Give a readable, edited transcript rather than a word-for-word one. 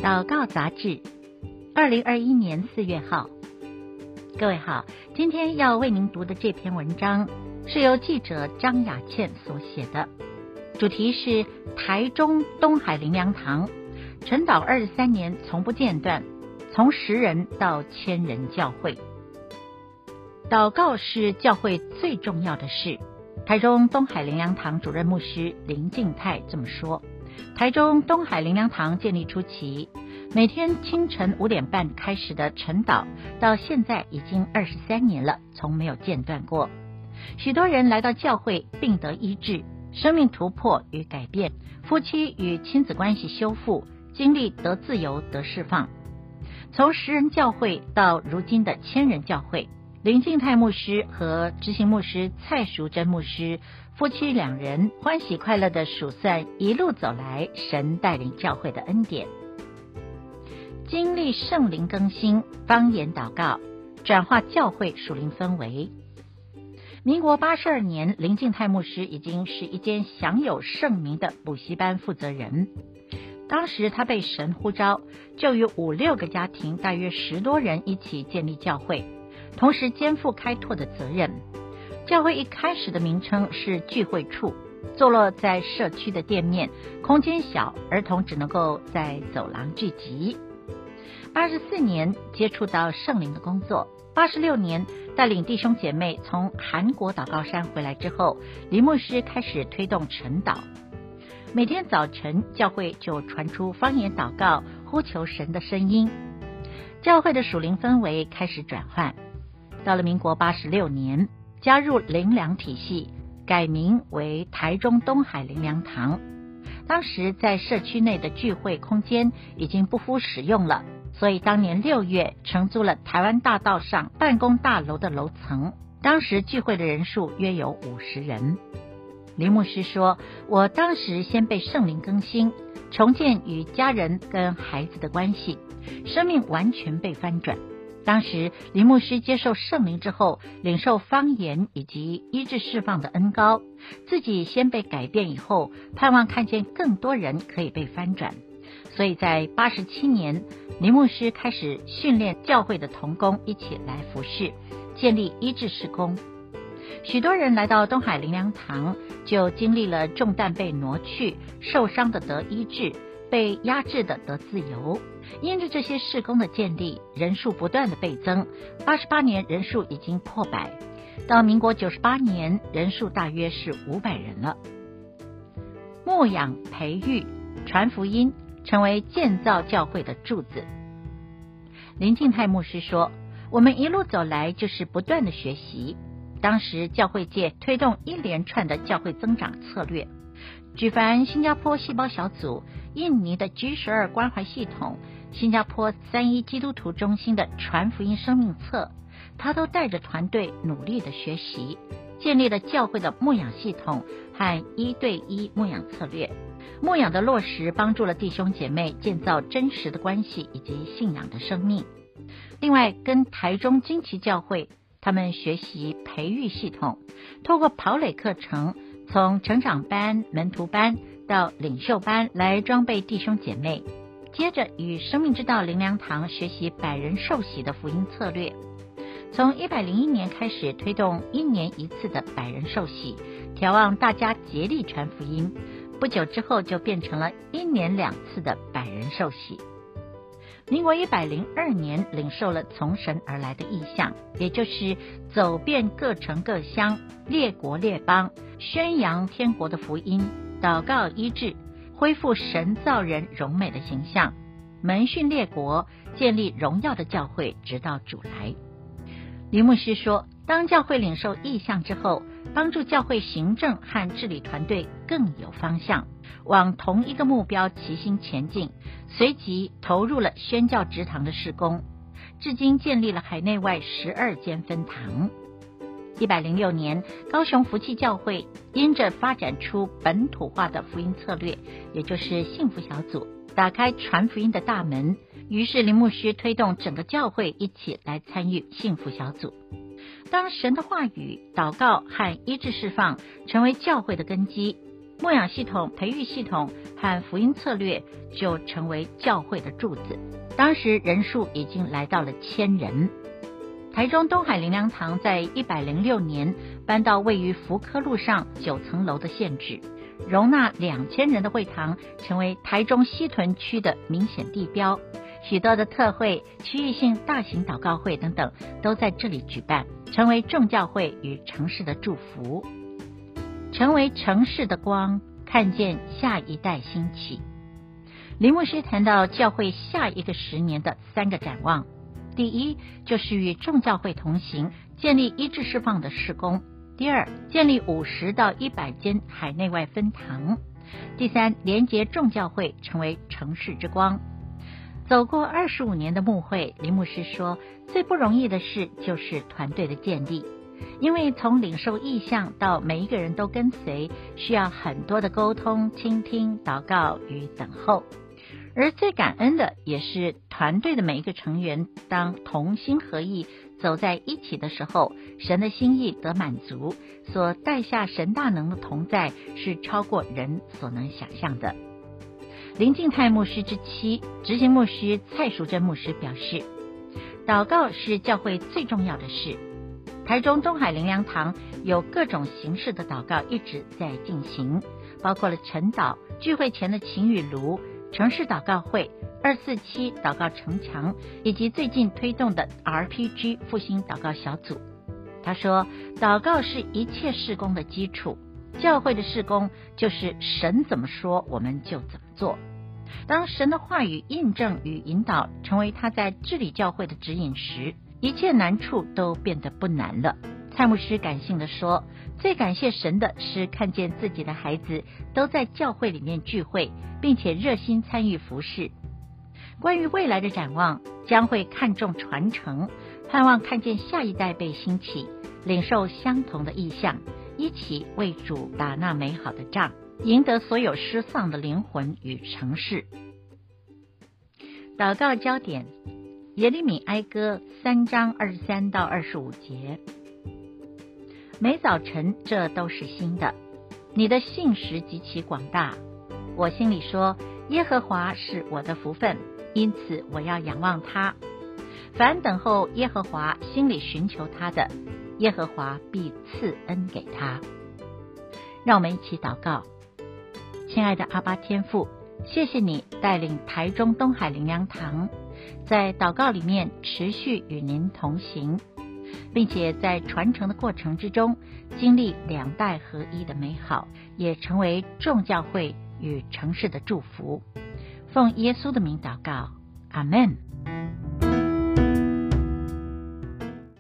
祷告杂志，2021年4月号。各位好，今天要为您读的这篇文章是由记者张雅倩所写的，主题是台中东海灵粮堂晨祷23年从不间断，从10人到1000人教会。祷告是教会最重要的事。台中东海灵粮堂主任牧师林敬泰这么说。台中东海灵粮堂建立初期，每天清晨5点半开始的晨祷，到现在已经23年了，从没有间断过。许多人来到教会并得医治，生命突破与改变，夫妻与亲子关系修复，经历得自由得释放。从10人教会到如今的1000人教会，林敬泰牧师和执行牧师蔡淑珍牧师夫妻2人欢喜快乐地数算一路走来神带领教会的恩典，经历圣灵更新，方言祷告，转化教会属灵氛围。民国82年，林敬泰牧师已经是一间享有盛名的补习班负责人。当时他被神呼召，就与5-6个家庭大约10多人一起建立教会，同时肩负开拓的责任。教会一开始的名称是聚会处，坐落在社区的店面，空间小，儿童只能够在走廊聚集。84年接触到圣灵的工作，86年带领弟兄姐妹从韩国祷告山回来之后，林牧师开始推动晨祷。每天早晨教会就传出方言祷告呼求神的声音，教会的属灵氛围开始转换。到了民国86年，加入灵粮体系，改名为台中东海灵粮堂。当时在社区内的聚会空间已经不敷使用了，所以当年6月承租了台湾大道上办公大楼的楼层，当时聚会的人数约有50人。林牧师说，我当时先被圣灵更新，重建与家人跟孩子的关系，生命完全被翻转。当时林牧师接受圣灵之后，领受方言以及医治释放的恩膏，自己先被改变以后，盼望看见更多人可以被翻转。所以在87年，林牧师开始训练教会的同工一起来服侍，建立医治事工。许多人来到东海灵粮堂，就经历了重担被挪去，受伤的得医治，被压制的得自由。因着这些事工的建立，人数不断的倍增，88年人数已经破100，到民国98年人数大约是500人了。牧养培育传福音成为建造教会的柱子。林敬泰牧师说，我们一路走来就是不断的学习。当时教会界推动一连串的教会增长策略，举凡新加坡细胞小组、印尼的 G12 关怀系统、新加坡3一基督徒中心的传福音生命册，他都带着团队努力的学习，建立了教会的牧养系统和1对1牧养策略。牧养的落实帮助了弟兄姐妹建造真实的关系以及信仰的生命。另外跟台中惊奇教会，他们学习培育系统，透过跑垒课程，从成长班、门徒班到领袖班来装备弟兄姐妹。接着与生命之道灵粮堂学习100人受洗的福音策略，从101年开始推动1年1次的100人受洗，眺望大家竭力传福音。不久之后就变成了1年2次的100人受洗。民国102年领受了从神而来的意象，也就是走遍各城各乡，列国列邦，宣扬天国的福音，祷告医治，恢复神造人荣美的形象，门训列国，建立荣耀的教会，直到主来。林牧师说，当教会领受意象之后，帮助教会行政和治理团队更有方向，往同一个目标齐心前进，随即投入了宣教职堂的事工，至今建立了海内外12间分堂。106年，高雄福气教会因着发展出本土化的福音策略，也就是幸福小组，打开传福音的大门，于是林牧师推动整个教会一起来参与幸福小组。当神的话语、祷告和医治释放成为教会的根基， 牧养系统、培育系统和福音策略就成为教会的柱子。当时人数已经来到了1000人。台中东海灵粮堂在106年搬到位于福科路上9层楼的现址，容纳2000人的会堂，成为台中西屯区的明显地标。许多的特会、区域性大型祷告会等等都在这里举办，成为众教会与城市的祝福，成为城市的光，看见下一代兴起。林牧师谈到教会下一个10年的3个展望，第一，就是与众教会同行，建立医治释放的事工；第二，建立50到100间海内外分堂；第三，连结众教会，成为城市之光。走过25年的牧会，林牧师说，最不容易的事就是团队的建立，因为从领受意向到每一个人都跟随，需要很多的沟通、倾听、祷告与等候。而最感恩的也是团队的每一个成员，当同心合意走在一起的时候，神的心意得满足，所带下神大能的同在是超过人所能想象的。林敬泰牧师之妻、执行牧师蔡淑珍牧师表示，祷告是教会最重要的事。台中东海灵粮堂有各种形式的祷告一直在进行，包括了晨祷、聚会前的晴雨炉、城市祷告会、247祷告城墙，以及最近推动的 RPG 复兴祷告小组。他说，祷告是一切事工的基础，教会的事工就是神怎么说我们就怎么做。当神的话语印证与引导成为他在治理教会的指引时，一切难处都变得不难了。蔡牧师感性地说，最感谢神的是看见自己的孩子都在教会里面聚会，并且热心参与服事。关于未来的展望，将会看重传承，盼望看见下一代被兴起，领受相同的意向，一起为主打那美好的仗，赢得所有失丧的灵魂与城市。祷告焦点，耶利米哀歌3章23到25节。每早晨这都是新的，你的信实极其广大。我心里说，耶和华是我的福分，因此我要仰望他。凡等候耶和华，心里寻求他的，耶和华必赐恩给他。让我们一起祷告。亲爱的阿爸天父，谢谢你带领台中东海灵粮堂，在祷告里面持续与您同行，并且在传承的过程之中，经历2代合一的美好，也成为众教会与城市的祝福。奉耶稣的名祷告，阿们。